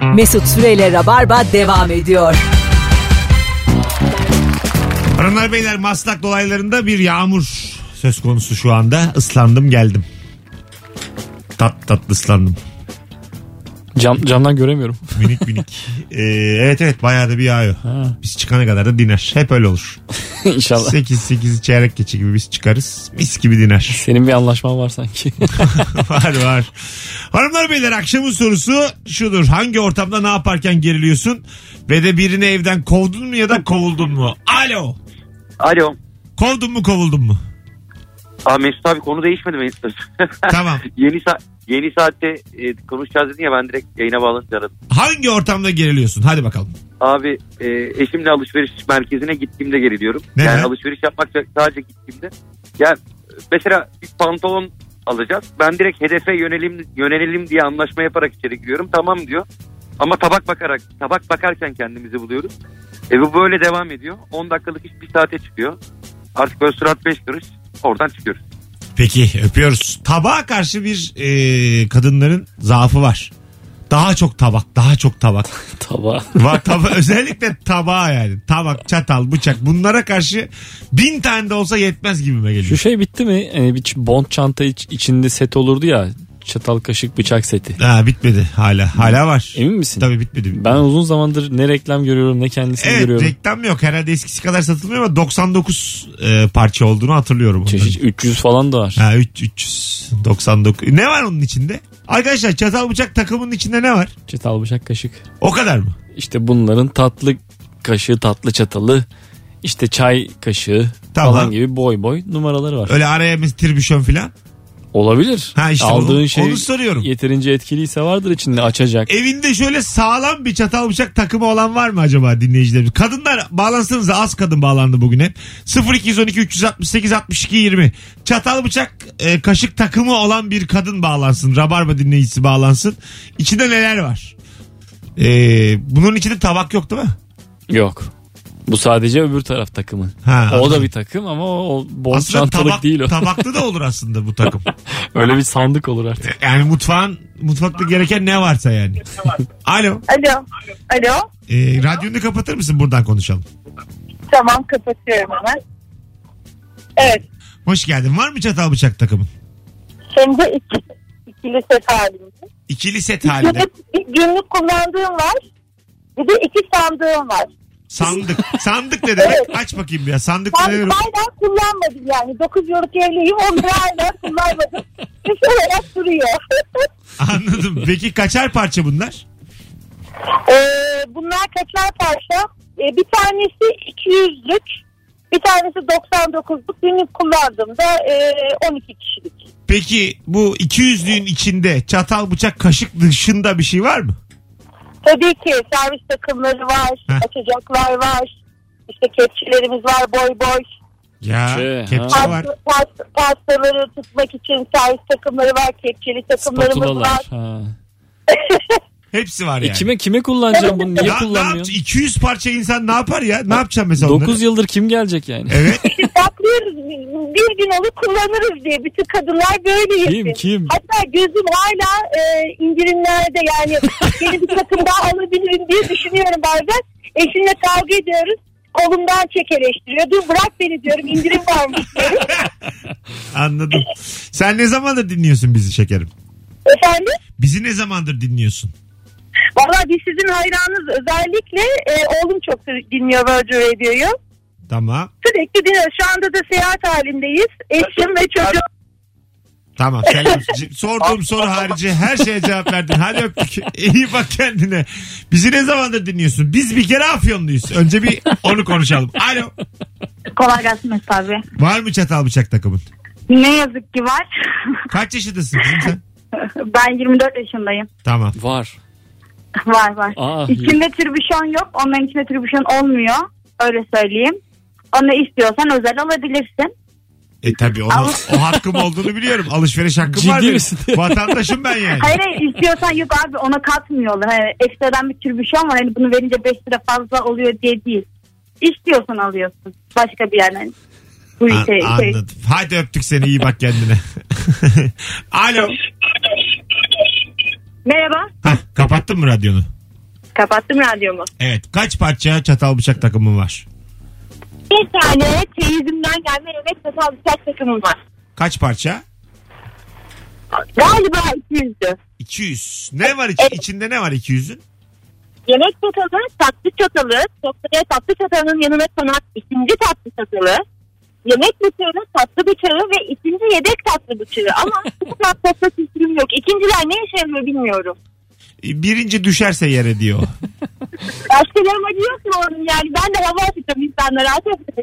Mesut Süreyle Rabarba devam ediyor. Hanımlar beyler, Maslak dolaylarında bir yağmur söz konusu şu anda. Islandım geldim. Tatlı ıslandım. Camdan göremiyorum. Minik. Evet bayağı da bir yağıyor. Ha. Biz çıkana kadar da diner. Hep öyle olur. İnşallah. 8 çeyrek geçe gibi biz çıkarız. Mis gibi diner. Senin bir anlaşman var sanki. var. Hanımlar beyler, akşamın sorusu şudur. Hangi ortamda ne yaparken geriliyorsun? Ve de birini evden kovdun mu ya da kovuldun mu? Alo. Kovdun mu kovuldun mu? Mesut abi, konu değişmedi Mesut. Tamam. Yeni saatte konuşacağız dedin ya, ben direkt yayına bağlanınca aradım. Hangi ortamda geriliyorsun? Hadi bakalım. Abi eşimle alışveriş merkezine gittiğimde geriliyorum. Neden? Yani alışveriş yapmak sadece gittiğimde. Yani mesela bir pantolon alacağız. Ben direkt hedefe yönelelim diye anlaşma yaparak içeri giriyorum. Tamam diyor. Ama tabak bakarken kendimizi buluyoruz. Bu böyle devam ediyor. 10 dakikalık iş 1 saate çıkıyor. Artık böyle surat 5 kuruş, oradan çıkıyoruz. Peki, öpüyoruz. Tabağa karşı bir kadınların zaafı var. Daha çok tabak. Tabağı. Var özellikle tabağa yani. Tabak, çatal, bıçak, bunlara karşı 1000 tane de olsa yetmez gibime geliyor. Şu şey bitti mi? Yani bir bond çanta içinde set olurdu ya. Çatal, kaşık, bıçak seti. Bitmedi hala var. Emin misin? Tabii bitmedi. Ben uzun zamandır ne reklam görüyorum ne kendisini görüyorum. Evet, reklam yok. Herhalde eskisi kadar satılmıyor ama 99 parça olduğunu hatırlıyorum. Çeşit 300 falan da var. 399. Ne var onun içinde? Arkadaşlar, çatal bıçak takımının içinde ne var? Çatal, bıçak, kaşık. O kadar mı? İşte bunların tatlı kaşığı, tatlı çatalı, işte çay kaşığı falan gibi boy numaraları var. Öyle araya bir tribüşon falan. Olabilir. İşte aldığın şey onu soruyorum. Yeterince etkiliyse vardır içinde, açacak. Evinde şöyle sağlam bir çatal bıçak takımı olan var mı acaba dinleyicilerimiz? Kadınlar bağlansanıza, az kadın bağlandı bugün hep. 0212 368 62 20. Çatal bıçak kaşık takımı olan bir kadın bağlansın. Rabarba dinleyicisi bağlansın. İçinde neler var? Bunun içinde tabak yok değil mi? Yok. Bu sadece öbür taraf takımı. O da bir takım ama o bol çantalık değil o. Tabaklı da olur aslında bu takım. Öyle bir sandık olur artık. Yani mutfakta gereken ne varsa yani. Alo. Radyonu kapatır mısın, buradan konuşalım. Tamam, kapatıyorum hemen. Evet. Hoş geldin. Var mı çatal bıçak takımın? Hem de ikili set halinde. İkili set halinde. Günlük kullandığım var. Bir de 2 sandığım var. Sandık ne demek? Evet. Aç bakayım ya. Sandık ne demek? Hala kullanmadım yani. 9 yıllık evliyim. Onları hala kullanmadım. Kış olarak duruyor. Anladım. Peki kaçar parça bunlar? Bunlar kaçar parça? Bir tanesi 200'lük. Bir tanesi 99'luk. Günlük kullandığımda 12 kişilik. Peki bu 200'lüğün içinde çatal, bıçak, kaşık dışında bir şey var mı? Tabii ki servis takımları var, açacaklar var, işte kepçelerimiz var, boy. Ya kepçe var. Pastaları tutmak için servis takımları var, kepçeli takımlarımız var. Hepsi var yani. Kime kullanacağım bunu? Niye kullanmıyorsun? 200 parça insan ne yapar ya? Ne yapacağım mesela 9 yıldır kim gelecek yani? Evet. Saklıyoruz, bir gün olur kullanırız diye. Bütün kadınlar böyleyiz. Kim? Hatta gözüm hala indirimlerde, yani yeni bir takım daha alabilirim diye düşünüyorum bazen. Eşimle kavga ediyoruz. Kolumdan çekeleştiriyor. Dur bırak beni diyorum, indirim varmış diyorum. Anladım. Sen ne zamandır dinliyorsun bizi şekerim? Efendim? Bizi ne zamandır dinliyorsun? Valla biz sizin hayranınız, özellikle oğlum çok dinliyor Virgin Radio'yu. Tamam. Sürekli dinliyoruz. Şu anda da seyahat halindeyiz. Eşim ve çocuğum. Tamam, selam. Sorduğum soru harici her şeye cevap verdin. Hadi öptük. İyi bak kendine. Bizi ne zamandır dinliyorsun? Biz bir kere Afyonluyuz. Önce bir onu konuşalım. Alo. Kolay gelsin Mesut abi. Var mı çatal bıçak takımın? Ne yazık ki var. Kaç yaşındasın kızım sen? Ben 24 yaşındayım. Tamam. Var. Var. İçinde tribüşon yok. Onların içinde tribüşon olmuyor. Öyle söyleyeyim. Onu istiyorsan özel alabilirsin. Tabii o hakkım olduğunu biliyorum. Alışveriş hakkım var. Ciddi misin? Vatandaşım ben yani. Hayır, istiyorsan yok abi, ona katmıyorlar. Hani ekstradan bir tribüşon var. Hani bunu verince 5 lira fazla oluyor diye değil. İstiyorsan alıyorsun. Başka bir yerden. Anladım. Hadi öptük seni, iyi bak kendine. Alo. Merhaba. Kapattın mı radyonu? Kapattım radyomu. Evet. Kaç parça çatal bıçak takımın var? Bir tane teyzimden gelme yemek çatal bıçak takımım var. Kaç parça? Galiba 200'dü. 200. Ne var içinde ne var 200'ün? Yemek çatalı, tatlı çatalı, sofraya tatlı çatalının yanına konan ikinci tatlı çatalı, yemek bıçağı, tatlı bıçağı ve ikinci yedek tatlı bıçağı. Ama bu kadar sofra kültürüm yok. İkinciler ne işe yarıyor bilmiyorum. Birinci düşerse yere diyor. Başkalarıma diyorsun oğlum yani. Ben de hava atacağım insanlara.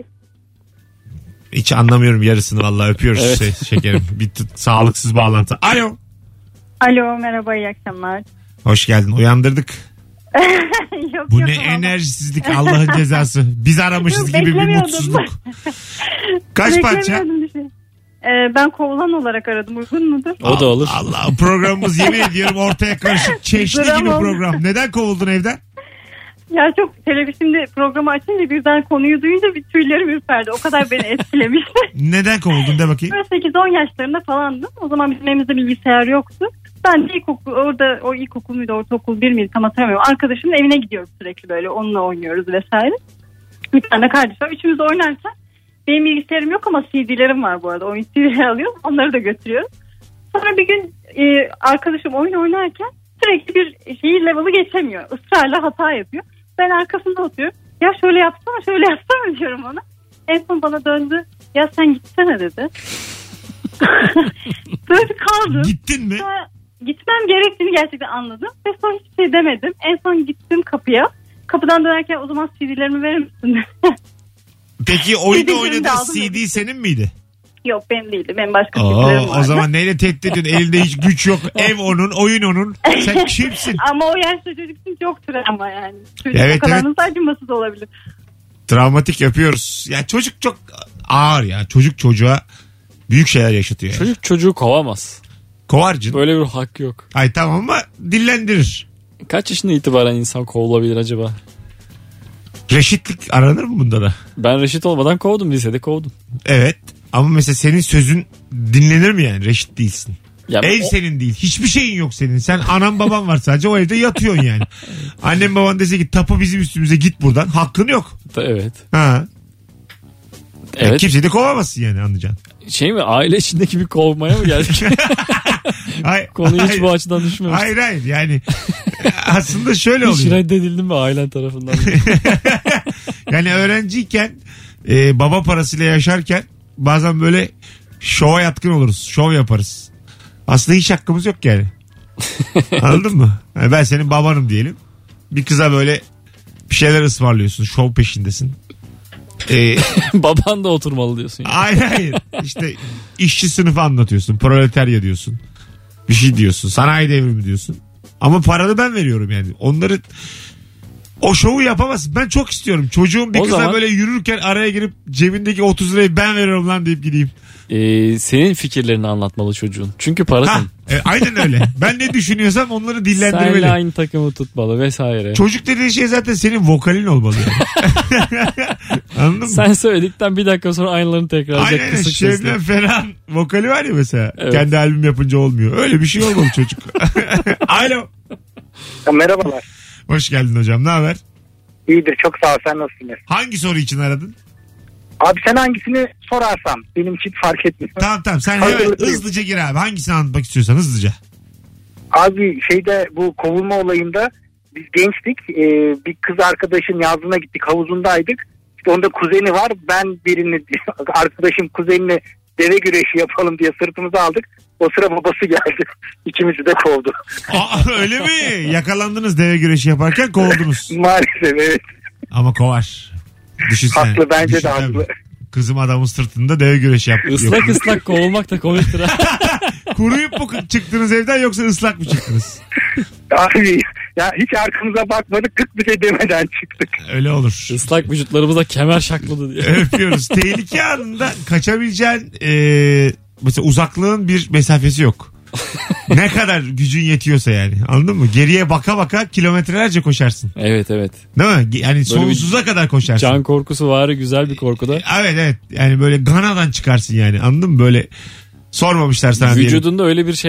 Hiç anlamıyorum yarısını vallahi öpüyoruz evet. Şekerim. Bir sağlıksız bağlantı. Alo. Alo merhaba iyi akşamlar. Hoş geldin uyandırdık. Yok, bu ne enerjisizlik Allah'ın cezası. Biz aramışız gibi bir mutsuzluk. Kaç parça? Ben kovulan olarak aradım uygun mudur? O da olur. Allah programımız yemin ediyorum ortaya karışık çeşni gibi program. Neden kovuldun evden? Ya çok televizyonda programı açınca birden konuyu duyunca bir tüylerim ürperdi. O kadar beni etkilemişti. Neden kovuldun de bakayım. Ben 8-10 yaşlarında falandım. O zaman bizim evimizde bilgisayar yoktu. Ben de o ilkokul muydu ortaokul 1 miydi tam hatırlamıyorum. Arkadaşımın evine gidiyoruz sürekli böyle onunla oynuyoruz vesaire. Bir tane kardeş var. Üçümüz oynarken benim bilgisayarım yok ama CD'lerim var bu arada. Oyun CD'leri alıyorum. Onları da götürüyorum. Sonra bir gün arkadaşım oyun oynarken sürekli bir level'ı geçemiyor. Israrla hata yapıyor. Ben arkasında oturuyorum. Ya şöyle yapsana diyorum ona. En son bana döndü. Ya sen gitsene dedi. Böyle kaldım. Gittin mi? Sonra gitmem gerektiğini gerçekten anladım. Ve sonra hiçbir şey demedim. En son gittim kapıya. Kapıdan dönerken o zaman CD'lerimi verir misin? Peki oyunu oynadığın CD senin miydi? Yok benim değildi. Benim başka CD'lerim vardı. O zaman neyle tehdit ediyorsun? Elinde hiç güç yok. Ev onun, oyun onun. Sen kimsin? Ama o yaşta çocuk için çok travma yani. Çocuk evet, o kadar nasıl acımasız olabilir? Travmatik yapıyoruz. Ya çocuk çok ağır ya. Çocuk çocuğa büyük şeyler yaşatıyor. Yani. Çocuk çocuğu kovamaz. Kovarcın. Böyle bir hak yok. Ay tamam ama dillendirir. Kaç yaşında itibaren insan kovulabilir acaba? Reşitlik aranır mı bunda da? Ben reşit olmadan kovdum. Lisede kovdum. Evet. Ama mesela senin sözün dinlenir mi yani? Reşit değilsin. Ya ev senin değil. Hiçbir şeyin yok senin. Sen anan baban var sadece. O evde yatıyorsun yani. Annem baban dese ki tapu bizim üstümüze git buradan. Hakkın yok. Evet. Ha. Evet. Yani kimseyi de kovamazsın yani anlayacaksın. Şey mi aile içindeki bir kovmaya mı geldik? Konuyu hiç bu açıdan düşünmemiştim. Hayır yani aslında şöyle oluyor. Hiç reddedildin mi ailen tarafından? Yani öğrenciyken baba parasıyla yaşarken bazen böyle şova yatkın oluruz. Şov yaparız. Aslında hiç hakkımız yok yani. Anladın mı? Yani ben senin babanım diyelim. Bir kıza böyle bir şeyler ısmarlıyorsun. Şov peşindesin. Baban da oturmalı diyorsun. Yani. Hayır. İşte işçi sınıfı anlatıyorsun. Proletarya diyorsun. Bir şey diyorsun. Sanayi devrimi diyorsun. Ama paranı ben veriyorum yani. Onları o şovu yapamazsın. Ben çok istiyorum. Çocuğum bir kıza böyle yürürken araya girip cebindeki 30 lirayı ben veriyorum lan deyip gideyim. Senin fikirlerini anlatmalı çocuğun. Çünkü parasın. Aynen öyle. Ben ne düşünüyorsam onları dillendirmeli. Seninle aynı takımı tutmalı vesaire. Çocuk dediğin şey zaten senin vokalin olmalı. Yani. Anladın mı? Sen söyledikten bir dakika sonra aynılarını tekrar edecek. Aynen. Şebnem Ferah'ın vokali var ya mesela. Evet. Kendi albüm yapınca olmuyor. Öyle bir şey olmalı çocuk. Alo. Merhabalar. Hoş geldin hocam. Ne haber? İyidir. Çok sağ ol. Sen nasılsın? Hangi soru için aradın? Abi sen hangisini sorarsan benim için fark etmiyor. Tamam sen hemen hızlıca gir abi. Hangisini anlatmak istiyorsan hızlıca. Abi bu kovulma olayında biz gençtik. Bir kız arkadaşın yazlığına gittik. Havuzundaydık. İşte onda kuzeni var. Ben arkadaşım kuzenini deve güreşi yapalım diye sırtımıza aldık. O sıra babası geldi. İkimizi de kovdu. Öyle mi? Yakalandınız deve güreşi yaparken kovuldunuz. Maalesef evet. Ama kovar. Düşünsene. Haklı bence de haklı. Kızım adamın sırtında deve güreşi yapıyor. Islak kovulmak da komiktir ha. Kuruyup mu çıktınız evden yoksa ıslak mı çıktınız? Abi ya hiç arkamıza bakmadık 40 bir şey demeden çıktık. Öyle olur. Islak vücutlarımıza kemer şakladı diye. Öpüyoruz. Tehlike anında kaçabileceğin mesela uzaklığın bir mesafesi yok. Ne kadar gücün yetiyorsa yani. Anladın mı? Geriye baka baka kilometrelerce koşarsın. Evet. Değil mi? Yani sonsuza kadar koşarsın. Can korkusu var, güzel bir korku da. Evet. Yani böyle Gana'dan çıkarsın yani. Anladın mı? Böyle sormamışlar sana diyelim. Vücudunda öyle bir şey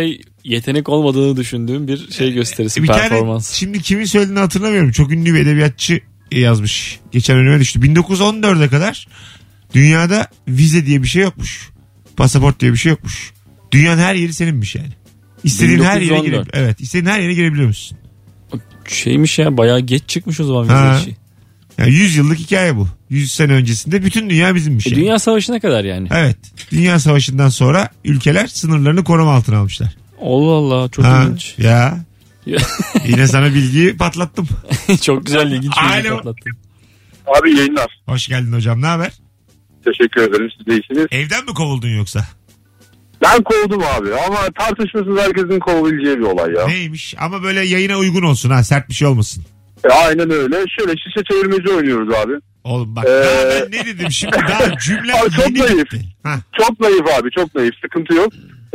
yetenek olmadığını düşündüğüm bir şey gösterisi, bir performans. Tane, şimdi kimin söylediğini hatırlamıyorum. Çok ünlü bir edebiyatçı yazmış. Geçen önüme düştü. 1914'e kadar dünyada vize diye bir şey yokmuş. Pasaport diye bir şey yokmuş. Dünyanın her yeri seninmiş yani. İstediğin her yere girebiliyor. Evet, istediğin her yere girebiliyor musun? Şeymiş ya, bayağı geç çıkmış o zaman vize işi. Yani 100 yıllık hikaye bu. 100 sene öncesinde bütün dünya bizimmiş. Yani. Dünya Savaşı'na kadar yani. Evet. Dünya Savaşı'ndan sonra ülkeler sınırlarını koruma altına almışlar. Allah Allah, çok ilginç. Ya. Yine sana bilgiyi patlattım. Çok güzel, ilginç bilgi patlattım. Abi yayınlar. Hoş geldin hocam, ne haber? Teşekkür ederim, siz de iyisiniz. Evden mi kovuldun yoksa? Ben kovdum abi ama tartışmasız herkesin kovulabileceği bir olay ya. Neymiş? Ama böyle yayına uygun olsun ha, sert bir şey olmasın. Aynen öyle. Şöyle şişe çevirmeci oynuyoruz abi. Oğlum bak daha ben ne dedim şimdi, daha cümle çok naif. Çok naif abi, çok naif, sıkıntı yok.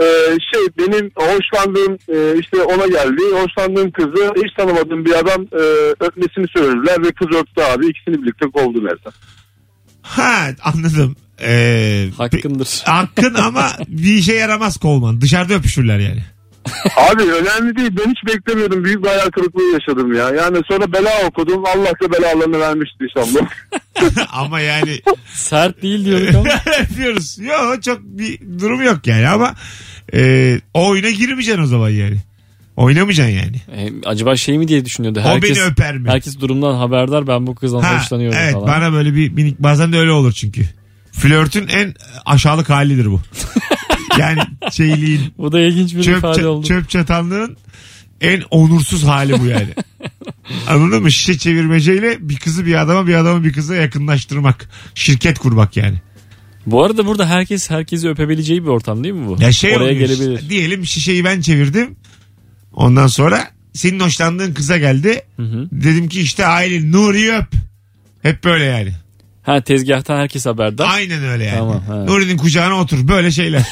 Benim hoşlandığım işte ona geldi. Hoşlandığım kızı hiç tanımadığım bir adam öpmesini söylediler ve kız öptü abi. İkisini birlikte kovdum evden. Ha, anladım. Hakkındır. Hakkın ama bir işe yaramaz kovman. Dışarıda öpüşürler yani. Abi önemli değil. Ben hiç beklemiyordum. Büyük bir hayal kırıklığı yaşadım ya. Yani sonra bela okudum. Allah da belalarını vermişti inşallah. Ama yani. Sert değil diyorduk ama. Yapıyoruz. Yok, çok bir durum yok yani ama o oyuna girmeyeceksin o zaman yani. Oynamayacaksın yani. Acaba şey mi diye düşünüyordu. Herkes, o beni öper mi? Herkes durumdan haberdar, ben bu kızdan hoşlanıyorum evet, falan. Bana böyle bir minik, bazen de öyle olur çünkü. Flörtün en aşağılık halidir bu. Yani şeyliğin. Bu da ilginç bir ifade oldu. Çöp çatanlığın en onursuz hali bu yani. Anladın mı? Şişe çevirmeceyle bir kızı bir adama, bir adamı bir kıza yakınlaştırmak. Şirket kurmak yani. Bu arada burada herkesi öpebileceği bir ortam değil mi bu? Ya oraya gelebilir. Işte, diyelim şişeyi ben çevirdim. Ondan sonra senin hoşlandığın kıza geldi. Hı. Dedim ki işte Aylin, Nuri'yi öp. Hep böyle yani. Ha, tezgahtan herkes haberdar. Aynen öyle yani. Tamam, Nuri'nin kucağına otur. Böyle şeyler.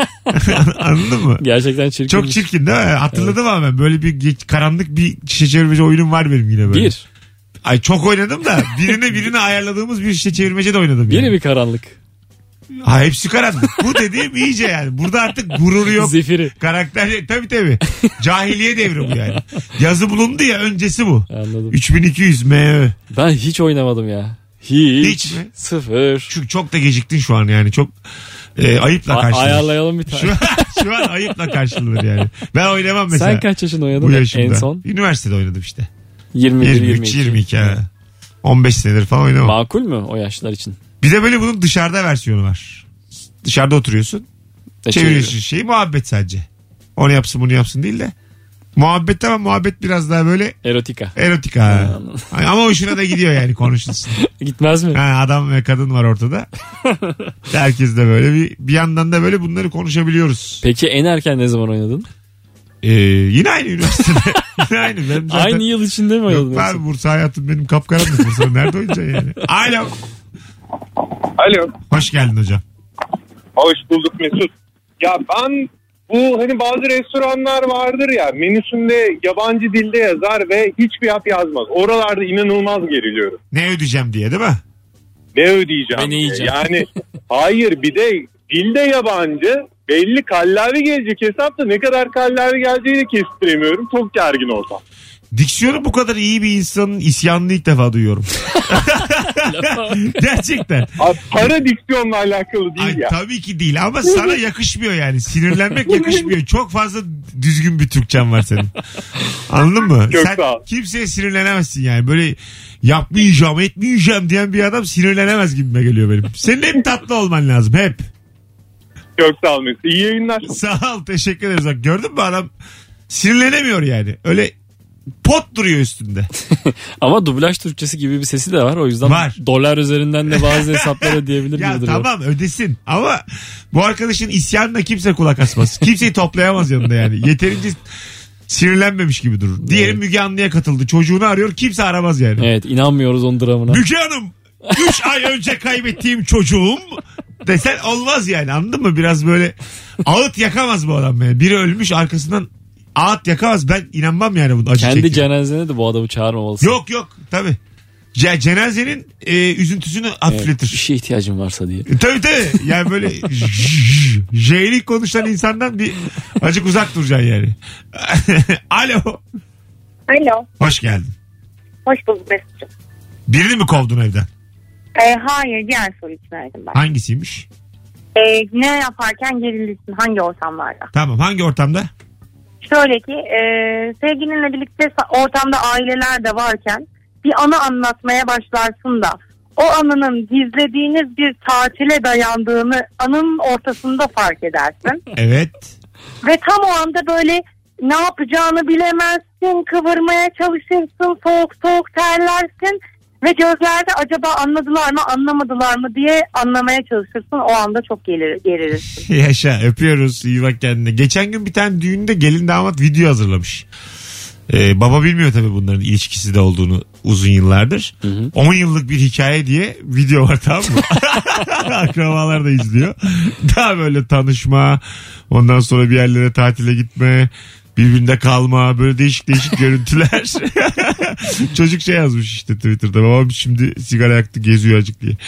Anladın mı? Gerçekten çirkin. Çok çirkin değil mi? Hatırladım ama ben. Böyle bir karanlık bir şişe çevirmece oyunum var benim yine böyle. Ay çok oynadım da birine ayarladığımız bir şişe çevirmece de oynadım. Yine bir karanlık. Ha, hepsi karanlık. Bu dediğim iyice yani. Burada artık gururu yok. Zifiri. Karakter tabii. Cahiliye devri bu yani. Yazı bulundu ya, öncesi bu. Anladım. 3200 MÖ. Ben hiç oynamadım ya. Hiç mi? Sıfır. Çünkü çok da geciktin şu an yani. Çok ayıpla karşılanır. Ayarlayalım bir tane. Şu an ayıpla karşılanır yani. Ben oynamam mesela. Sen kaç yaşında oynadın en son? Üniversitede oynadım işte. 22. Ha. 15 senedir falan oynamam. Makul mü o yaşlar için? Bir de böyle bunun dışarıda versiyonu var. Dışarıda oturuyorsun. Çeviriyorsun şeyi, muhabbet sadece. Onu yapsın bunu yapsın değil de. Muhabbet, ama muhabbet biraz daha böyle erotika. Ama hoşuna da gidiyor yani, konuşulsun. Gitmez mi? Ha, adam ve kadın var ortada. Herkes de böyle bir yandan da böyle bunları konuşabiliyoruz. Peki en erken ne zaman oynadın? Yine aynı üniversitede. Aynı. Benim zaten... Aynı yıl içinde mi oynadın? Yok abi, Bursa hayatım benim kapkaranlık. Bursa nerede oynayacaksın yani? Alo. Hoş geldin hocam. Hoş bulduk Mesut. Ya ben bu hani bazı restoranlar vardır ya, menüsünde yabancı dilde yazar ve hiçbir yap yazmaz. Oralarda inanılmaz geriliyorum. Ne ödeyeceğim diye değil mi? Ne ödeyeceğim Ben diye. Yani hayır, bir de dilde yabancı, belli kallavi gelecek hesapta, ne kadar kallavi geleceğini de kestiremiyorum. Çok gergin ortam. Diksiyonu bu kadar iyi bir insanın isyanını ilk defa duyuyorum. Gerçekten. Abi, para diksiyonla alakalı değil ya. Tabii ki değil ama sana yakışmıyor yani. Sinirlenmek yakışmıyor. Çok fazla düzgün bir Türkçen var senin. Anladın mı? Çok sen kimseye sinirlenemezsin yani. Böyle yapmayacağım, etmeyeceğim diyen bir adam sinirlenemez gibime geliyor benim. Senin hep tatlı olman lazım, hep. Çok sağ ol Mesut. İyi yayınlar. Sağ ol, teşekkür ederiz. Bak, gördün mü, adam sinirlenemiyor yani. Öyle pot duruyor üstünde. Ama dublaj Türkçesi gibi bir sesi de var. O yüzden var. Dolar üzerinden de bazı hesaplar ödeyebilir ya gibi tamam, ödesin. Ama bu arkadaşın isyanına kimse kulak asmaz. Kimseyi toplayamaz yanında yani. Yeterince sinirlenmemiş gibi durur. Diyelim Müge Anlı'ya katıldı. Çocuğunu arıyor. Kimse aramaz yani. Evet, inanmıyoruz onun dramına. Müge Hanım, 3 ay önce kaybettiğim çocuğum desen olmaz yani, anladın mı? Biraz böyle ağıt yakamaz bu adam yani. Biri ölmüş, arkasından ağıt yakamaz. Ben inanmam yani bunu, acı kendi çekiyor. cenazene de bu adamı çağırmamalısın. Yok tabii. Cenazenin üzüntüsünü hafifletir. Bir şeye ihtiyacım varsa diye. Tabii. Yani böyle J'lik konuşan insandan bir azıcık uzak duracaksın yani. Alo. Alo. Hoş geldin. Hoş bulduk Mesut'cum. Birini mi kovdun evden? Hayır, diğer soru için verdim ben. Hangisiymiş? Ne yaparken gerilirsin, hangi ortamlarda? Tamam, hangi ortamda? Şöyle ki sevgilinle birlikte ortamda aileler de varken bir anı anlatmaya başlarsın da o anının gizlediğiniz bir tatile dayandığını anın ortasında fark edersin. Evet. Ve tam o anda böyle ne yapacağını bilemezsin, kıvırmaya çalışırsın, soğuk soğuk terlersin ve gözlerde acaba anladılar mı anlamadılar mı diye anlamaya çalışırsın. O anda çok gerilirsin. Yaşa, öpüyoruz, iyi bak kendine. Geçen gün bir tane düğünde gelin damat video hazırlamış. Baba bilmiyor tabii bunların ilişkisi de olduğunu uzun yıllardır. 10 yıllık bir hikaye diye video var, tamam mı? Akrabalar da izliyor. Daha böyle tanışma, ondan sonra bir yerlere tatile gitme, birbirinde kalma, böyle değişik görüntüler. Çocuk şey yazmış işte Twitter'da, babam şimdi sigara yaktı geziyor azıcık diye.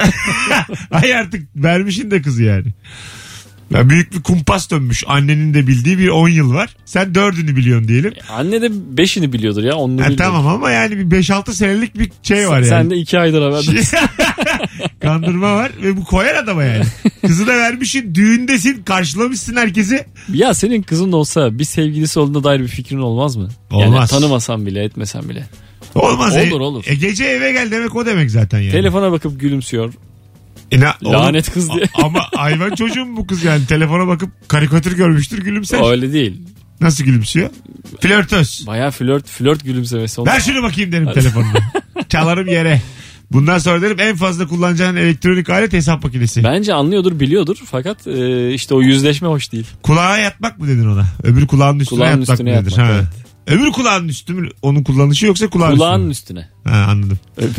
Ay artık vermişin de kızı yani. Ya büyük bir kumpas dönmüş. Annenin de bildiği bir 10 yıl var. Sen 4'ünü biliyorsun diyelim. Anne de 5'ini biliyordur ya. Tamam ama yani bir 5-6 senelik bir şey var yani. Sen de 2 aydır haber. Kandırma var ve bu koyar adama yani. Kızı da vermişsin, düğündesin, karşılamışsın herkesi. Ya senin kızın olsa bir sevgilisi olduğuna dair bir fikrin olmaz mı? Olmaz. Yani tanımasan bile, etmesen bile. Olmaz. Olur. Gece eve gel demek o demek zaten yani. Telefona bakıp gülümsüyor. Lanet kız diye. Ama hayvan çocuğum bu kız yani. Telefona bakıp karikatür görmüştür, gülümser. Öyle değil. Nasıl gülümsüyor? Flörtöz. Bayağı flört gülümsemesi. Ver şunu bakayım derim telefonuna. Çalarım yere. Bundan sonra derim en fazla kullanacağın elektronik alet hesap makinesi. Bence anlıyordur, biliyordur. Fakat işte o yüzleşme hoş değil. Kulağa yatmak mı dedin ona? Öbür kulağın üstüne yatmak mı dedin? Evet. Öbür kulağın üstü mü onun kullanışı yoksa kulağın üstüne? Ha, anladım.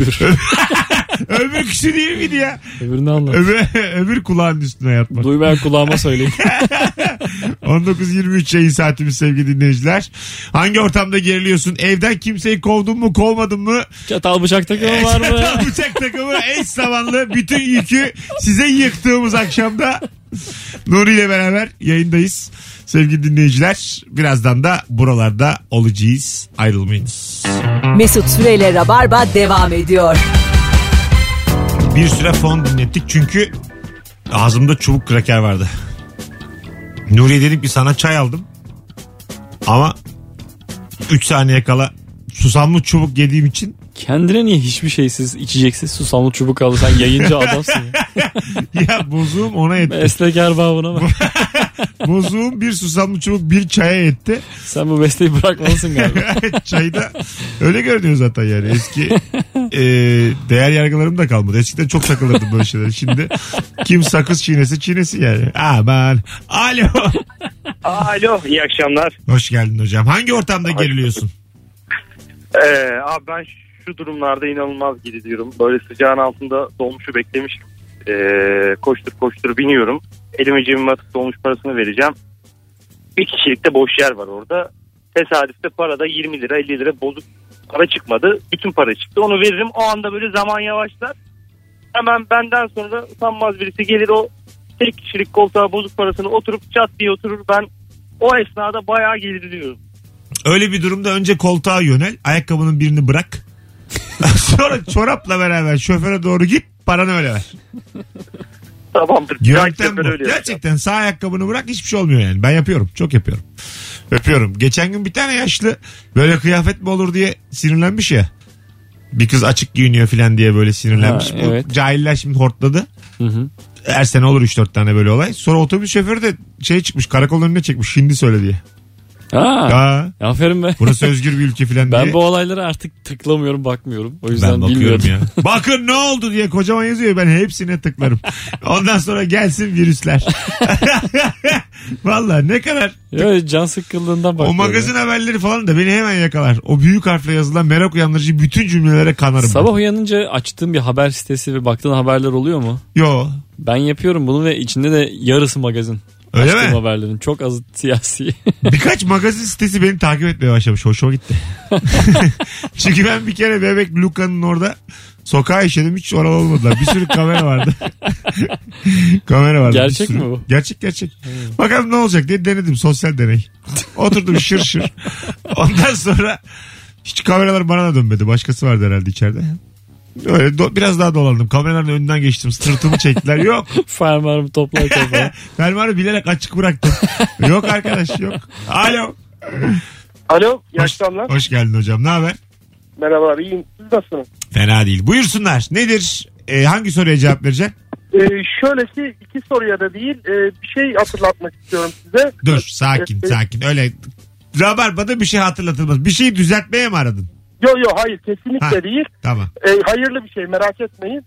Öbür kişi değil miydi ya? Öbürünü anlat. Öbür kulağın üstüne yatmak. Duymayan kulağıma söyleyin. 19.23 yayın saatimiz sevgili dinleyiciler. Hangi ortamda geriliyorsun? Evden kimseyi kovdun mu kovmadın mı? Çatal bıçak takımı var mı? Çatal bıçak takımı eş zamanlı bütün yükü size yıktığımız akşamda Nuri ile beraber yayındayız. Sevgili dinleyiciler, birazdan da buralarda olacağız. Ayrılmayınız. Mesut Süreyle Rabarba devam ediyor. Bir süre fon dinlettik çünkü ağzımda çubuk kraker vardı. Nuriye dedim ki sana çay aldım ama 3 saniye kala susamlı çubuk yediğim için. Kendine niye hiçbir şeysiz, içeceksiz susamlı çubuk aldın? Sen yayıncı adamsın ya. Ya bozuğum ona yetti. Meslek erbabına bak. Bozuğum bir susamlı çubuk bir çaya yetti. Sen bu mesleği bırakmalısın galiba. Çayı da öyle görünüyor zaten yani. Eski değer yargılarım da kalmadı. Eskiden çok takılırdım böyle şeyler. Şimdi kim sakız çiğnesin yani. Aman. Alo. Alo, iyi akşamlar. Hoş geldin hocam. Hangi ortamda geriliyorsun? Abi ben şu durumlarda inanılmaz geriliyorum. Böyle sıcağın altında dolmuşu beklemişim. Koştur biniyorum. Elime cebime atıp dolmuş parasını vereceğim. Bir kişilikte boş yer var orada. Tesadüfte parada 20 lira 50 lira bozuk para çıkmadı. Bütün para çıktı. Onu veririm. O anda böyle zaman yavaşlar. Hemen benden sonra utanmaz birisi gelir, o tek kişilik koltuğa bozuk parasını oturup çat diye oturur. Ben o esnada bayağı geriliyorum. Öyle bir durumda önce koltuğa yönel. Ayakkabının birini bırak. Sonra çorapla beraber şoföre doğru git. Paranı öyle ver. Tamamdır. Yöntem bu. Gerçekten sağ ayakkabını bırak, hiçbir şey olmuyor yani. Ben yapıyorum. Çok yapıyorum. Öpüyorum. Geçen gün bir tane yaşlı böyle kıyafet mi olur diye sinirlenmiş ya. Bir kız açık giyiniyor falan diye böyle sinirlenmiş. Evet. Bu cahiller şimdi hortladı. Hı. Her sene olur 3-4 tane böyle olay. Sonra otobüs şoförü de çıkmış, karakolun önüne çekmiş. Şimdi söyle diye. Aferin be. Burası özgür bir ülke falan diye. Ben bu olaylara artık tıklamıyorum, bakmıyorum. O yüzden ben bilmiyorum ya. Bakın ne oldu diye kocaman yazıyor. Ben hepsine tıklarım. Ondan sonra gelsin virüsler. Vallahi ne kadar. Ya, can sıkkınlığından bakıyorum. O magazin haberleri falan da beni hemen yakalar. O büyük harfle yazılan merak uyandırıcı bütün cümlelere kanarım. Sabah uyanınca açtığım bir haber sitesi ve baktığın haberler oluyor mu? Yo. Ben yapıyorum bunu ve içinde de yarısı magazin. Öyle Aşkım mi? haberlerin çok az siyasi. Birkaç magazin sitesi beni takip etmeye başlamış. Hoşuma gitti. Çünkü ben bir kere Bebek Luka'nın orada sokağa işedim. Hiç oralı olmadılar. Bir sürü kamera vardı. Kamera vardı. Gerçek mi bu? Gerçek. Bakalım ne olacak diye denedim. Sosyal deney. Oturdum şır. Ondan sonra hiç kameralar bana da dönmedi. Başkası vardı herhalde içeride. Öyle biraz daha dolandım. Kameraların önünden geçtim. Sırtımı çektiler. Yok. Fermuarımı toplarken falan. Fermuarı bilerek açık bıraktım. Yok arkadaş yok. Alo. Alo, iyi akşamlar. Hoş geldin hocam. Ne haber? Merhabalar, iyiyim. Siz nasılsınız? Fena değil. Buyursunlar. Nedir? Hangi soruya cevap vereceksin? Şöylesi, iki soruya da değil, bir şey hatırlatmak istiyorum size. Dur, sakin. Öyle Rabarba'da bir şey hatırlatılmaz. Bir şeyi düzeltmeye mi aradın? Yok, hayır, kesinlikle değil. Tamam. Hayırlı bir şey, merak etmeyin.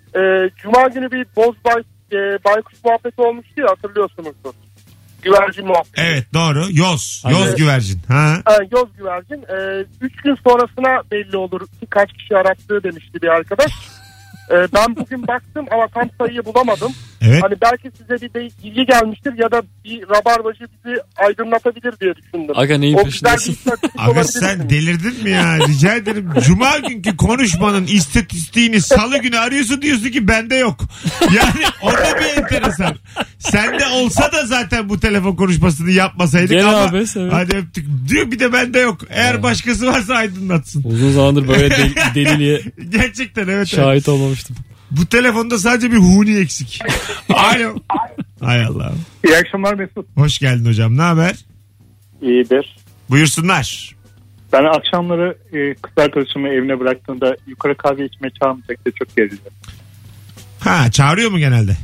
Cuma günü bir baykuş muhabbeti olmuştu ya, hatırlıyorsunuzdur. Güvercin muhabbeti. Evet, doğru. Yoz güvercin. Yoz güvercin. 3 gün sonrasına belli olur kaç kişi arattığı demişti bir arkadaş. Ben bugün baktım ama tam sayıyı bulamadım. Evet. Hani belki size bir bilgi gelmiştir ya da bir rabarbacı bizi aydınlatabilir diye düşündüm. Aga neyin peşindesin? Aga sen delirdin mi ya? Rica ederim. Cuma günkü konuşmanın istatistiğini salı günü arıyorsun, diyorsun ki bende yok. Yani o da bir enteresan. Sende olsa da zaten bu telefon konuşmasını yapmasaydık. Gel ama abi, evet. Hadi öptük. Diyor bir de bende yok. Eğer başkası varsa aydınlatsın. Uzun zamandır böyle deliliğe gerçekten evet. Şahit olmamıştım. Bu telefonda sadece bir huni eksik. Alo. Hay Allah. İyi akşamlar Mesut. Hoş geldin hocam. Ne haber? İyidir. Buyursunlar. Ben akşamları kız arkadaşımı evine bıraktığımda yukarı kahve içmeye çağırmayacak da çok gerildim. Çağırıyor mu genelde?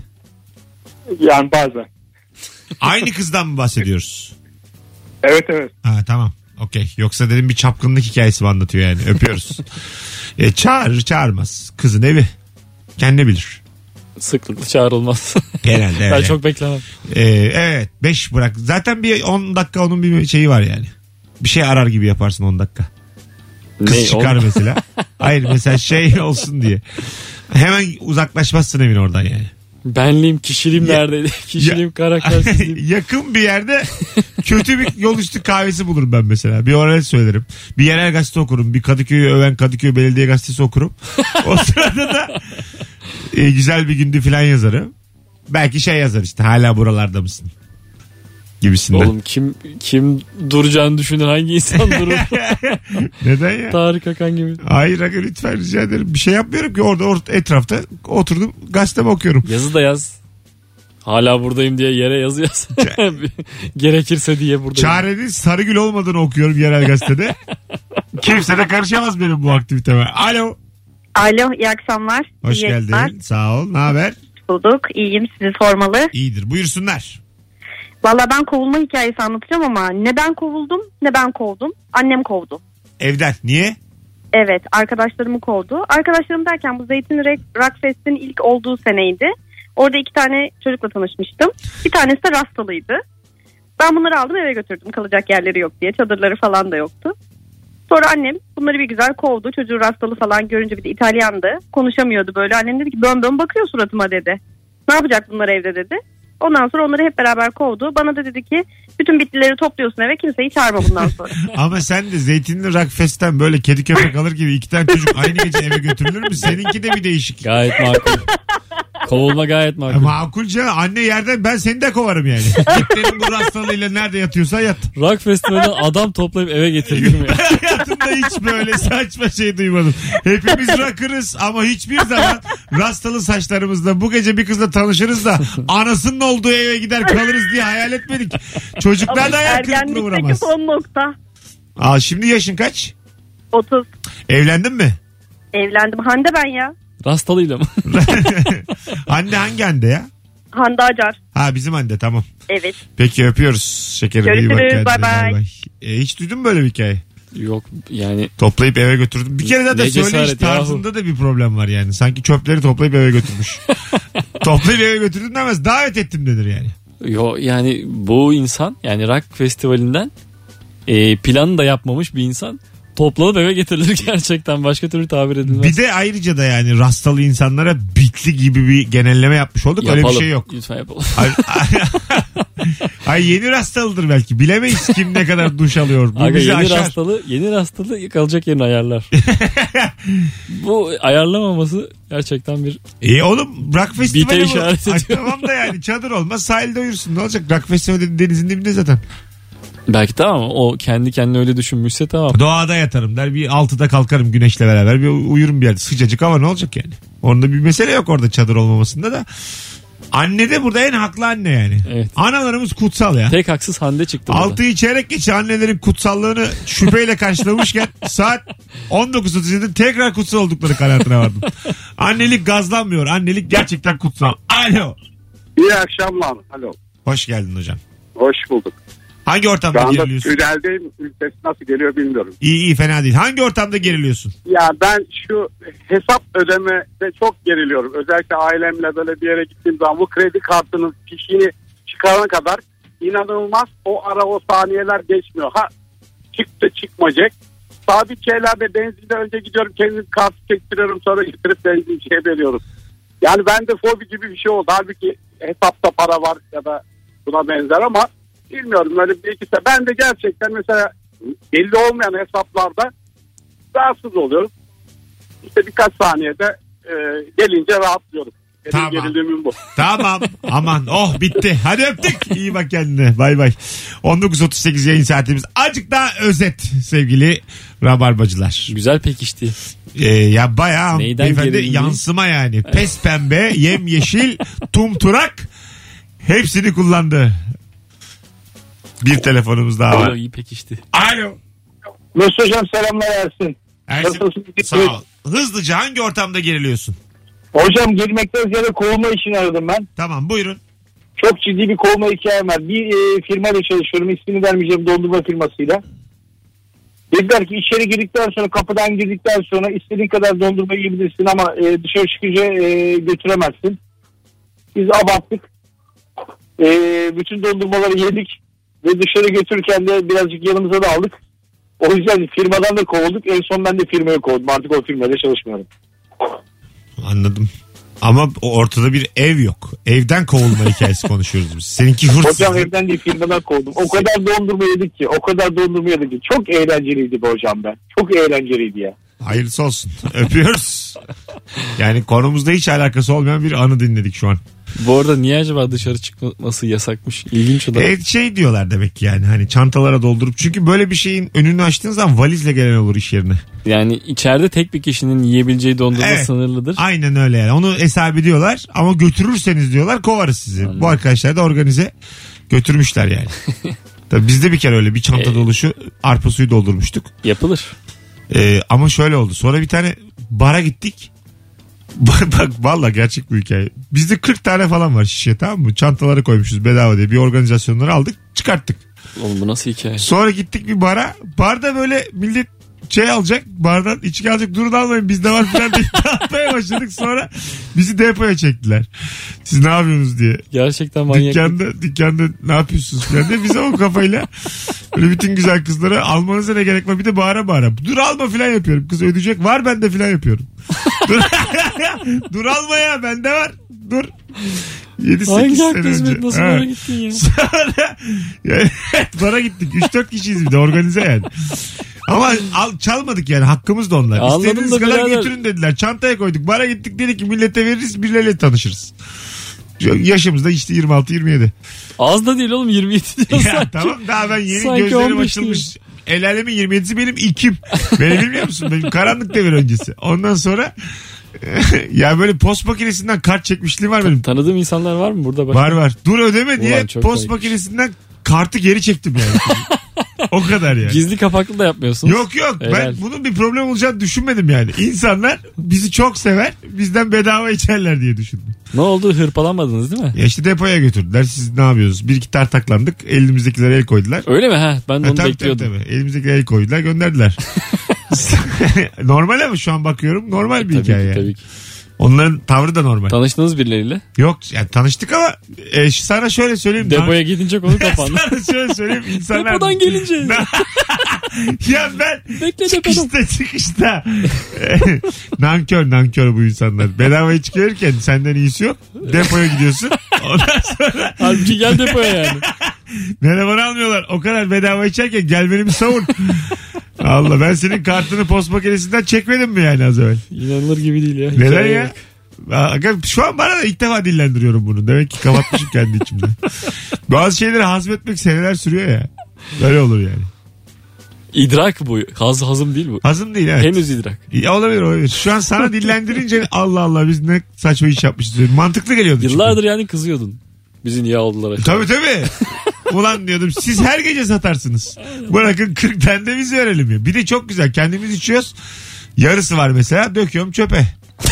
Yani bazen. Aynı kızdan mı bahsediyoruz? Evet. Tamam. Okey. Yoksa dedim bir çapkınlık hikayesi mi anlatıyor yani? Öpüyoruz. Çağırır çağırmaz. Kızın evi. Kendi bilir. Sıklıkla çağrılmaz. Genelde ben öyle. çok beklemem. Evet 5 bırak. Zaten bir 10 dakika onun bir şeyi var yani. Bir şey arar gibi yaparsın 10 dakika. Kız çıkar mesela. Hayır mesela şey olsun diye. Hemen uzaklaşmazsın evin oradan yani. Benliğim, kişiliğim neredeydi? Kişiliğim, karaktersizliğim. Yakın bir yerde kötü bir yol üstü kahvesi bulurum ben mesela. Bir oraya söylerim. Bir yerel gazete okurum. Bir Kadıköy'ü öven Kadıköy Belediye Gazetesi okurum. O sırada da güzel bir gündü falan yazarım. Belki şey yazar işte, hala buralarda mısın? Gibisinden. Oğlum kim duracağını düşünür, hangi insan durur? Neden ya? Tarık Akan gibi. Hayır aga lütfen rica ederim. Bir şey yapmıyorum ki orada etrafta oturdum gazetemi okuyorum. Yazı da yaz. Hala buradayım diye yere yazı yaz. Gerekirse diye buradayım. Çarenin Sarıgül olmadığını okuyorum yerel gazetede. Kimse de karışamaz benim bu aktiviteme. Alo. Alo, iyi akşamlar. Hoş geldin. Sağ ol. Ne haber? Bulduk. İyiyim, sizi sormalı. İyidir. Buyursunlar. Valla ben kovulma hikayesi anlatacağım ama ne ben kovuldum ne ben kovdum. Annem kovdu. Evden. Niye? Evet, arkadaşlarımı kovdu. Arkadaşlarım derken bu Zeytin Rock Fest'in ilk olduğu seneydi. Orada 2 tane çocukla tanışmıştım. Bir tanesi de rastalıydı. Ben bunları aldım eve götürdüm. Kalacak yerleri yok diye. Çadırları falan da yoktu. Sonra annem bunları bir güzel kovdu. Çocuğu rastalı falan görünce, bir de İtalyandı. Konuşamıyordu böyle. Annem dedi ki bön bakıyor suratıma dedi. Ne yapacak bunlar evde dedi. Ondan sonra onları hep beraber kovdu. Bana da dedi ki bütün bitkileri topluyorsun eve, kimseyi çağırma bundan sonra. Ama sen de Zeytinli Rock Fest'ten böyle kedi köpek alır gibi 2 tane çocuk aynı gece eve götürülür mü? Seninki de bir değişik. Gayet makul. Kovulma gayet makul. Makul canım. Anne yerden ben seni de kovarım yani. Gitlerin bu hastalığıyla nerede yatıyorsa yat. Rock Festivali'nden adam toplayıp eve getirir mi? Hayatımda hiç böyle saçma şey duymadım. Hepimiz rock'ırız ama hiçbir zaman rastalı saçlarımızla bu gece bir kızla tanışırız da anasının olduğu eve gider kalırız diye hayal etmedik. Çocuklar da hayal kırıklığına uğramaz. Son nokta. Şimdi yaşın kaç? 30. Evlendin mi? Evlendim. Hande ben ya. Rastalıyla mı? Hande hangi Hande ya? Hande Acar. Bizim Hande, tamam. Evet. Peki öpüyoruz şekerim. Görüşürüz. Bay bay. Hiç duydun mu böyle bir hikaye? Yok yani. Toplayıp eve götürdüm. Bir kere de söyleyiş tarzında da bir problem var yani. Sanki çöpleri toplayıp eve götürmüş. Toplayıp eve götürdüm demez. Davet ettim denir yani. Yo yani bu insan, yani Rock Festivali'nden planı da yapmamış bir insan toplanıp eve getirilir gerçekten, başka türlü tabir edilmez. Bir de ayrıca da yani rastalı insanlara bitli gibi bir genelleme yapmış olduk. Yapalım. Öyle bir şey yok. Lütfen yapalım. Ay yeni hastalıdır belki. Bilemeyiz kim ne kadar duş alıyor. Bu Aga bizi yeni aşar. hastalığı kalacak yerini ayarlar. Bu ayarlamaması gerçekten bir Oğlum rock festivali bite bu. işaret Ay, ediyor. tamam da yani çadır olmaz sahilde uyursun. Ne olacak? Rock festivali denizin dibinde zaten. belki tamam o kendi kendine öyle düşünmüşse tamam. Doğada yatarım der. Bir 6'da kalkarım güneşle beraber. Bir uyurum bir yerde. Sıcacık hava ne olacak yani? Orada bir mesele yok orada çadır olmamasında da. Anne de burada en haklı anne yani. Evet. Analarımız kutsal ya. Tek haksız Hande çıktı burada. 6'yı çeyrek geçe annelerin kutsallığını şüpheyle karşılamışken saat 19.37'de tekrar kutsal oldukları kanaatine vardım. Annelik gazlanmıyor. Annelik gerçekten kutsal. Alo. İyi akşamlar. Alo. Hoş geldin hocam. Hoş bulduk. Hangi Şu ortamda anda geriliyorsun? tüneldeyim. Ses nasıl geliyor bilmiyorum. İyi fena değil. Hangi ortamda geriliyorsun? Ya ben şu hesap ödemede çok geriliyorum. Özellikle ailemle böyle bir yere gittiğim zaman bu kredi kartının fişini çıkarana kadar inanılmaz o ara o saniyeler geçmiyor. Ha çıktı çıkmayacak. Sabit şeylerde benzinde önce gidiyorum kendim kartı çektiriyorum sonra getirip benzinciye veriyorum. Yani bende fobi gibi bir şey oldu. Halbuki hesapta para var ya da buna benzer ama bilmiyorum böyle bir ikisi. Ben de gerçekten mesela belli olmayan hesaplarda rahatsız oluyorum. İşte birkaç saniyede gelince rahatlıyorum. Benim Tamam. gerilimim bu. Tamam. Aman bitti. Hadi öptük. İyi bak kendine. Bay bay. 19.38 yayın saatimiz. Azıcık daha özet sevgili rabarbacılar. Güzel pekişti. Ya bayağı Neyden beyefendi gerildi? yansıma yani. Pes pembe, yemyeşil, tumturak hepsini kullandı. Bir telefonumuz daha var. İyi pekişti. Alo. Mesut Hocam selamlar Ersin. Ersin sağ ol. Hızlıca hangi ortamda geriliyorsun? Hocam girmekten ziyade kovulma işini aradım ben. Tamam buyurun. Çok ciddi bir kovulma hikayem var. Bir firmayla çalışıyorum. İsmini vermeyeceğim, dondurma firmasıyla. Dediler ki içeri girdikten sonra kapıdan girdikten sonra istediğin kadar dondurma yiyebilirsin ama dışarı çıkınca götüremezsin. Biz abarttık. Bütün dondurmaları yedik ve dışarı götürürken de birazcık yanımıza da aldık. O yüzden firmadan da kovulduk. En son ben de firmaya kovuldum. Artık o firmayla çalışmıyorum. Anladım. Ama ortada bir ev yok. Evden kovulma hikayesi konuşuyoruz biz. Seninki hırsızlık. Hocam evden değil firmadan kovdum. O kadar dondurma yedik ki. Çok eğlenceliydi bu hocam ben. Çok eğlenceliydi ya. Hayırlısı olsun. Öpüyoruz. Yani konumuzda hiç alakası olmayan bir anı dinledik şu an. Bu arada niye acaba dışarı çıkması yasakmış? İlginç o da. Şey diyorlar demek ki yani hani çantalara doldurup. Çünkü böyle bir şeyin önünü açtığın zaman valizle gelen olur iş yerine. Yani içeride tek bir kişinin yiyebileceği dondurma sınırlıdır. Aynen öyle yani. Onu hesap ediyorlar ama götürürseniz diyorlar kovarız sizi. Bu arkadaşlar da organize götürmüşler yani. Tabii bizde bir kere öyle bir çanta doluşu arpa suyu doldurmuştuk. Yapılır. Ama şöyle oldu. Sonra bir tane bara gittik. Bak valla gerçek bir hikaye. Bizde 40 tane falan var şişe, tamam mı? Çantaları koymuşuz bedava diye. Bir organizasyonları aldık çıkarttık. Oğlum bu nasıl hikaye? Sonra gittik bir bara. Barda böyle millet alacak. Bardan içki alacak. Durun almayın bizde var falan diye dağıtmaya başladık. Sonra bizi depoya çektiler. Siz ne yapıyorsunuz diye. Gerçekten manyak. Dükkanda ne yapıyorsunuz falan diye. Bize o kafayla böyle bütün güzel kızlara almanıza ne gerek var. Bir de bağıra. Dur alma falan yapıyorum. Kız ödeyecek. Var bende falan yapıyorum. Dur alma ya bende var. Dur. 7-8 sene önce. Nasıl bara gittin ya? Sonra yani, bara gittik. 3-4 kişiyiz bir de organize yani. Ama çalmadık yani, hakkımız da onlar. Anladım İstediğiniz da kadar birader. götürün dediler. Çantaya koyduk. Bara gittik, dedik ki millete veririz, birileriyle tanışırız. Yaşımızda işte 26-27. Az da değil oğlum, 27 diyorsun. Ya tamam, daha ben yeni Sanki gözlerim 15 açılmış. El alemin 27'si benim ilkim. Beni bilmiyor musun? Benim karanlık devir öncesi. Ondan sonra ya böyle post makinesinden kart çekmişliğim var benim. Tanıdığım insanlar var mı burada? Var. Dur ödeme diye Ulan çok post komik. makinesinden kartı geri çektim yani. O kadar yani. Gizli kapaklı da yapmıyorsun. Yok. Ben Helal. bunun bir problem olacağını düşünmedim yani. İnsanlar bizi çok sever, bizden bedava içerler diye düşündüm. Ne oldu, hırpalanmadınız değil mi? Ya işte depoya götürdüler. Siz ne yapıyorsunuz? Bir iki tartaklandık. Elimizdekilere el koydular. Öyle mi? Ha, ben de onu Tabii, bekliyordum. tabii. Elimizdekileri el koydular, gönderdiler. Normal ama şu an bakıyorum normal bir hikaye yani. Tabii ki. Onların tavrı da normal. Tanıştınız birileriyle. Yok yani tanıştık ama sana şöyle söyleyeyim. Depoya gidince konu kapandı. Sana şöyle söyleyeyim. İnsanlar... Depodan gelince. Ya ben Bekle çıkışta nankör bu insanlar. Bedavaya çıkıyorken senden iyisi yok. Depoya gidiyorsun. Ondan sonra Halbuki gel depoya yani. neden bana almıyorlar? O kadar bedava içerken gel beni bir savun. Allah, ben senin kartını post makinesinden çekmedim mi yani az evvel? İnanılır gibi değil ya. Neden Hikaye ya? yok. Aga, şu an bana da ilk defa dillendiriyorum bunu. Demek ki kapatmışım kendi içimde. Bazı şeyleri hazmetmek seneler sürüyor ya. Böyle olur yani. İdrak bu. Hazım değil bu. Hazım değil, evet. Henüz idrak. Ya olabilir. Şu an sana dillendirince Allah Allah biz ne saçma iş yapmışız. Mantıklı geliyordu. Yıllardır çünkü. yani kızıyordun. Bizi niye aldılar? Tabii. Ulan diyordum, siz her gece satarsınız. Bırakın 40 tane de biz verelim ya. Bir de çok güzel, kendimiz içiyoruz. Yarısı var mesela, döküyorum çöpe.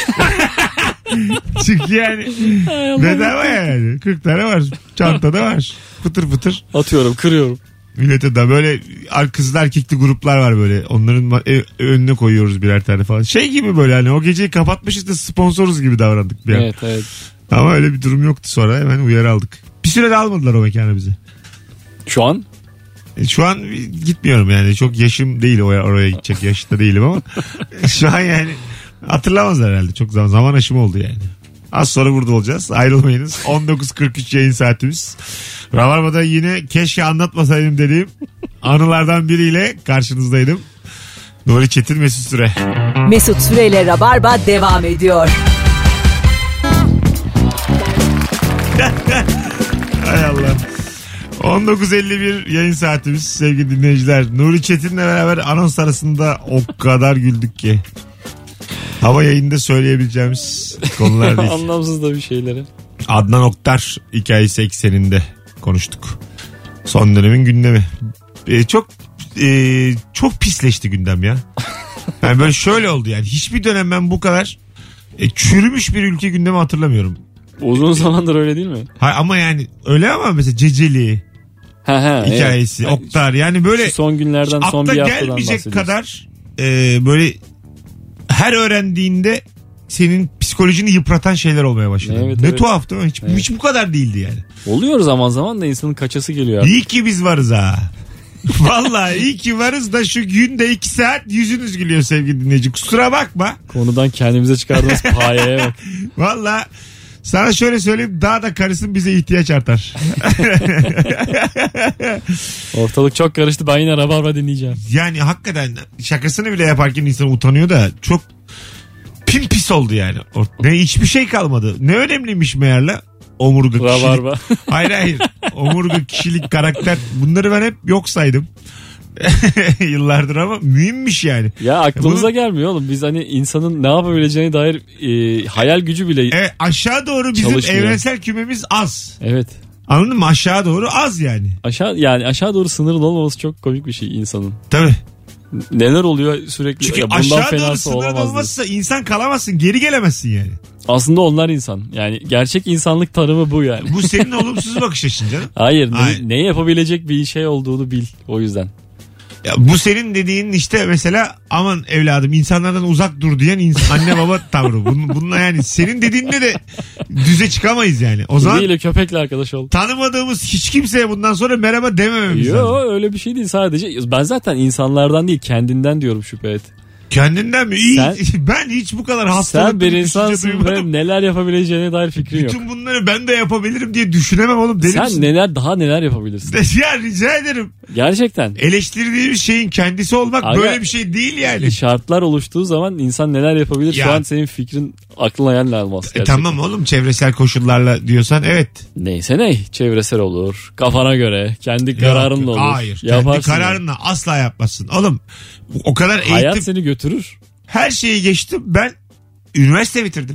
Çünkü yani bedava yani. 40 tane var. Çantada var. Fıtır fıtır. Atıyorum, kırıyorum. Millete de böyle kızlı erkekli gruplar var böyle. Onların önüne koyuyoruz birer tane falan. Şey gibi böyle, hani o geceyi kapatmışız da sponsoruz gibi davrandık bir an. Evet. Ama öyle bir durum yoktu, sonra hemen uyarı aldık. Bir süre de almadılar o mekana bizi. Şu an? Şu an gitmiyorum yani. Çok yaşım değil oraya gidecek yaşta değilim ama şu an yani hatırlamazlar herhalde. Çok zaman aşımı oldu yani. Az sonra burada olacağız. Ayrılmayınız. 19.43 yayın saatimiz. Rabarba'da yine keşke anlatmasaydım dediğim anılardan biriyle karşınızdaydım. Nuri Çetin, Mesut Süre. Mesut Süre ile Rabarba devam ediyor. Hay Allah. 19.51 yayın saatimiz sevgili dinleyiciler. Nuri Çetin'le beraber anons arasında o kadar güldük ki. Ama yayında söyleyebileceğimiz konular değil. Anlamsız da bir şeyleri. Adnan Oktar hikayesi ekseninde konuştuk. Son dönemin gündemi. Çok pisleşti gündem ya. Yani böyle şöyle oldu yani. Hiçbir dönem ben bu kadar çürümüş bir ülke gündemi hatırlamıyorum. Uzun zamandır öyle değil mi? Hayır ama yani öyle, ama mesela Ceceli hikayesi, evet. Oktar, yani böyle şu son günlerden, son bir haftadan gelmeyecek kadar böyle her öğrendiğinde senin psikolojini yıpratan şeyler olmaya başladı. Evet, ne tuhaf değil mi? Hiç bu kadar değildi yani. Oluyor zaman zaman da insanın kaçası geliyor. İyi ki biz varız ha. Vallahi iyi ki varız da şu günde 2 saat yüzünüz gülüyor sevgili dinleyici. Kusura bakma. Konudan kendimize çıkardığımız payeye bak. Vallahi sana şöyle söyleyeyim, daha da karısın, bize ihtiyaç artar. Ortalık çok karıştı, ben yine Rabarba dinleyeceğim. Yani hakikaten şakasını bile yaparken insan utanıyor da çok pis oldu yani. Ne hiçbir şey kalmadı. Ne önemliymiş meğerle? Omurga, Rabarba. kişilik. Hayır. Omurga, kişilik, karakter, bunları ben hep yok saydım. Yıllardır ama mühimmiş yani. Ya aklımıza gelmiyor oğlum. Biz hani insanın ne yapabileceğine dair hayal gücü bile aşağı doğru bizim evrensel kümemiz az. Evet. Anladın mı? Aşağı doğru az yani. Aşağı doğru sınırın olmaması çok komik bir şey insanın. Tabii. Neler oluyor sürekli. Çünkü bundan aşağı doğru sınırın olamazdı. olmazsa insan kalamazsın, geri gelemezsin yani. Aslında onlar insan. Yani gerçek insanlık tanımı bu yani. Bu senin olumsuz bakış açın canım. Hayır. Ne yapabilecek bir şey olduğunu bil. O yüzden. Ya bu senin dediğin işte mesela, aman evladım insanlardan uzak dur diyen anne baba tavrı. Bununla yani senin dediğinle de düze çıkamayız yani. O zaman Kediyle köpekle arkadaş ol. Tanımadığımız hiç kimseye bundan sonra merhaba demememiz lazım. Yok öyle bir şey değil, sadece ben zaten insanlardan değil kendinden diyorum, şüphe et. Kendinden mi? İyi. Ben hiç bu kadar hastalıklı sen bir insansın ve neler yapabileceğine dair fikrin yok. Bütün bunları ben de yapabilirim diye düşünemem oğlum. Deli sen misin? neler yapabilirsin? Ya rica ederim. Gerçekten. Eleştirdiğimiz şeyin kendisi olmak böyle bir şey değil yani. Şartlar oluştuğu zaman insan neler yapabilir? Ya. Şu an senin fikrin aklına hayal almaz. Tamam oğlum, çevresel koşullarla diyorsan evet. Neyse ne? Çevresel olur. Kafana göre. Kendi kararınla olur. Hayır. Yaparsın kendi kararınla asla yapmazsın. Oğlum o kadar eğitim. Hayat seni götürür. Her şeyi geçtim. Ben üniversite bitirdim.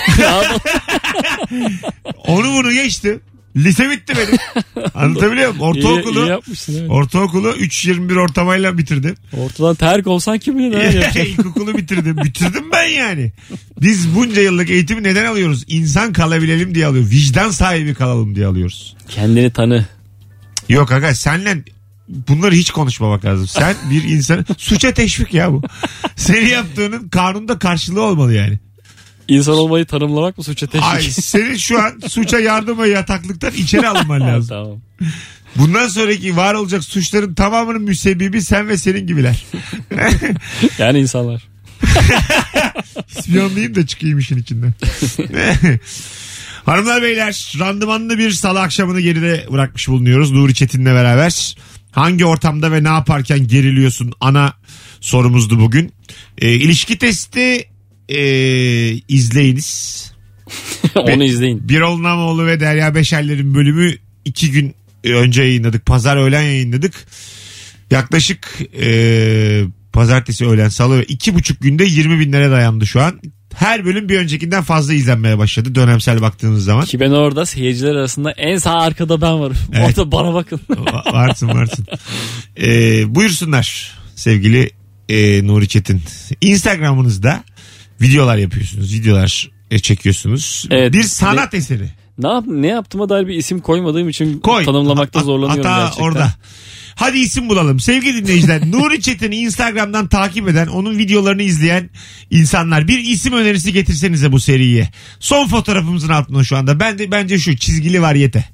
Onu bunu geçtim. Lise bitti benim. Anlatabiliyor muyum? Ortaokulu. İyi yapmışsın, evet. Ortaokulu 3.21 ortamayla bitirdim. Ortadan terk olsan kim bilir ne yapacaksın? İlkokulu bitirdim. Bitirdim ben yani. Biz bunca yıllık eğitimi neden alıyoruz? İnsan kalabilelim diye alıyoruz. Vicdan sahibi kalalım diye alıyoruz. Kendini tanı. Yok aga, senle bunları hiç konuşmamak lazım. Sen bir insan suça teşvik ya bu. Senin yaptığının kanunda karşılığı olmalı yani. İnsan olmayı tanımlamak mı suça teşvik? Ay, senin şu an suça yardım ve yataklıktan içeri alınman lazım. Tamam. Bundan sonraki var olacak suçların tamamının müsebbibi sen ve senin gibiler. Yani insanlar. İspiyonlayayım da çıkayım işin içinden. Hanımlar beyler, randımanlı bir salı akşamını geride bırakmış bulunuyoruz. Nuri Çetin'le beraber. Hangi ortamda ve ne yaparken geriliyorsun? Ana sorumuzdu bugün. İlişki testi izleyiniz. Onu izleyin. Birol Namoğlu ve Derya Beşerler'in bölümü 2 gün önce yayınladık. Pazar öğlen yayınladık. Yaklaşık pazartesi öğlen salı 2,5 günde 20 binlere dayandı şu an. Her bölüm bir öncekinden fazla izlenmeye başladı dönemsel baktığınız zaman. Ki ben orada seyirciler arasında en sağ arkada ben varım. Evet. Orada bana bakın. Varsın. Buyursunlar sevgili Nuri Çetin. Instagram'ınızda videolar yapıyorsunuz. Videolar çekiyorsunuz. Evet. Bir sanat eseri. Ne yaptığıma dair bir isim koymadığım için Koy. tanımlamakta zorlanıyorum hata gerçekten. Orada. Hadi isim bulalım. Sevgili dinleyiciler, Nuri Çetin'i Instagram'dan takip eden, onun videolarını izleyen insanlar bir isim önerisi getirsenize bu seriye. Son fotoğrafımızın altında şu anda. Bence şu çizgili varyete.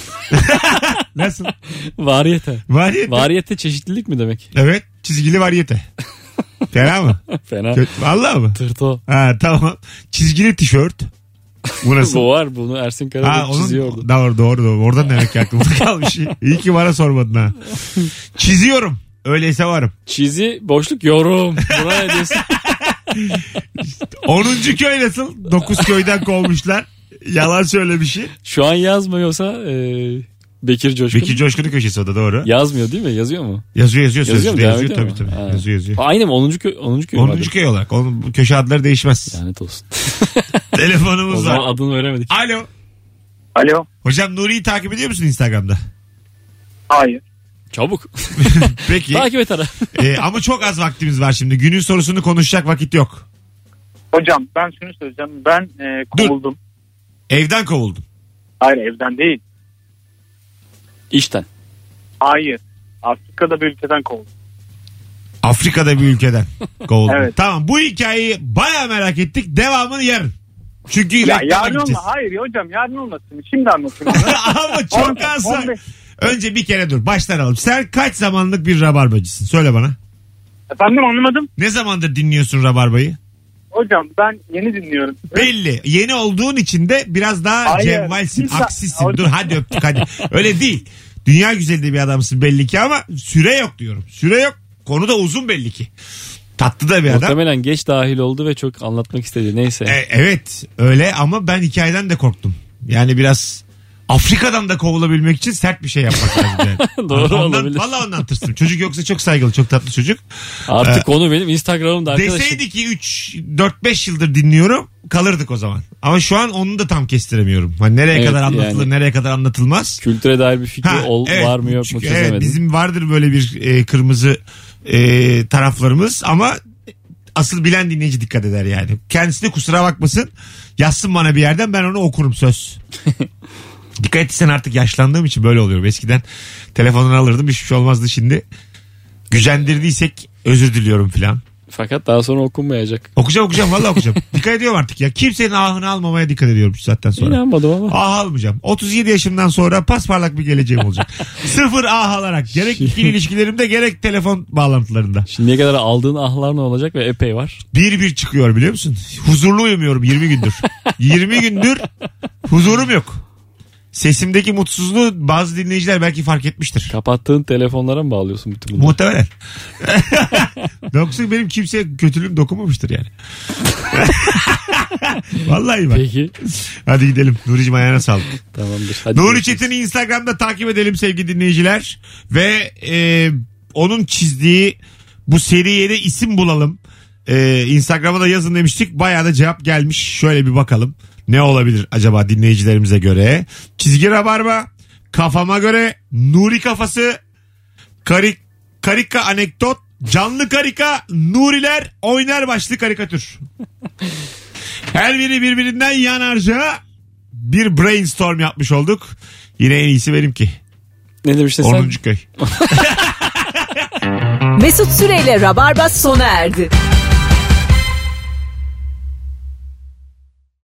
Nasıl? Varyete. Varyete. Varyete çeşitlilik mi demek? Evet, çizgili varyete. Fena mı? Fena. Vallahi mı? Tırto. Ha, tamam. Çizgili tişört. Bu nasıl? Bu var, bunu Ersin Karadeniz çiziyordu. Doğru. Oradan demek ki aklımda kalmış. İyi ki bana sormadın ha. Çiziyorum. Öyleyse varım. Çizi boşluk yorum. Buna ne diyorsun? 10. köy nasıl? 9 köyden kovmuşlar. Yalan söylemişi. Şu an yazmıyorsa Bekir Coşkun. Bekir Coşkun'un köşesi o da doğru. Yazmıyor değil mi? Yazıyor mu? Yazıyor. Yazıyor mu? Yazıyor tabii. Yazıyor. Aynı mı? 10. köy 10. köy olarak. Onun köşe adları değişmez. Lanet olsun. Telefonumuz var. O zaman adını öğrenemedik. Alo. Hocam Nuri'yi takip ediyor musun Instagram'da? Hayır. Çabuk. Peki. Takip et ara. Ama çok az vaktimiz var şimdi. Günün sorusunu konuşacak vakit yok. Hocam ben şunu söyleyeceğim. Ben kovuldum. Evden kovuldun. Hayır, evden değil. İşten. Hayır. Afrika'da bir ülkeden kovuldum. Afrika'da bir ülkeden kovuldun. Evet. Tamam, bu hikayeyi baya merak ettik. Devamını yarın. Çünkü yarın olma. Hayır hocam, yarın olmasın. Şimdi anlatayım. Ama çok az. Önce bir kere dur. Baştan alalım. Sen kaç zamanlık bir rabarbacısın? Söyle bana. Efendim, anlamadım. Ne zamandır dinliyorsun rabarbayı? Hocam ben yeni dinliyorum. Belli. Yeni olduğun için de biraz daha cevvalsin, aksizsin. Dur hadi öptük hadi. Öyle değil. Dünya güzeli de bir adamsın belli ki ama süre yok diyorum. Süre yok. Konu da uzun belli ki. Tatlı da bir adam. Muhtemelen geç dahil oldu ve çok anlatmak istedi. Neyse. Evet öyle ama ben hikayeden de korktum. Yani biraz Afrika'dan da kovulabilmek için sert bir şey yapmak lazım yani. Doğru olabilir. Valla ondan tırsım. Çocuk yoksa çok saygılı, çok tatlı çocuk. Artık konu benim Instagram'ımda arkadaşım. Deseydi ki 4-5 yıldır dinliyorum, kalırdık o zaman. Ama şu an onu da tam kestiremiyorum. Hani nereye kadar anlatılır, yani, nereye kadar anlatılmaz. Kültüre dair bir fikri var mı yok mu çözemedim. Evet, bizim vardır böyle bir kırmızı taraflarımız ama asıl bilen dinleyici dikkat eder yani. Kendisi de kusura bakmasın, yazsın bana bir yerden, ben onu okurum, söz. Dikkat etsen artık yaşlandığım için böyle oluyorum. Eskiden telefonunu alırdım, hiçbir şey olmazdı, şimdi gücendirdiysek özür diliyorum filan. Fakat daha sonra okunmayacak. Okuyacağım vallahi okuyacağım. Dikkat ediyorum artık ya. Kimsenin ahını almamaya dikkat ediyorum şu saatten sonra. İnanmadım ama. Ah almayacağım. 37 yaşımdan sonra pasparlak bir geleceğim olacak. Sıfır ah alarak. Gerek ikili ilişkilerimde gerek telefon bağlantılarında. Şimdiye kadar aldığın ahlar ne olacak ve epey var. Bir çıkıyor biliyor musun? Huzurlu uyumuyorum 20 gündür. 20 gündür huzurum yok. Sesimdeki mutsuzluğu bazı dinleyiciler belki fark etmiştir. Kapattığın telefonlara mı bağlıyorsun bütün bunları? Muhtemelen. Yoksa benim kimseye kötülüğüm dokunmamıştır yani. Vallahi bak. Peki. Hadi gidelim. Nuri'cim ayağına sağlık. Tamamdır. Hadi Nuri Çetin'i Instagram'da takip edelim sevgili dinleyiciler. Ve onun çizdiği bu seriye de isim bulalım. Instagram'a da yazın demiştik. Bayağı da cevap gelmiş. Şöyle bir bakalım. Ne olabilir acaba dinleyicilerimize göre? Çizgi rabarba, kafama göre, Nuri kafası, karika anekdot, canlı karika, Nuriler oynar başlı karikatür. Her biri birbirinden yanarca bir brainstorm yapmış olduk. Yine en iyisi benimki. Ne demiştin 10. sen? köy. Mesut Süreyle Rabarba sona erdi.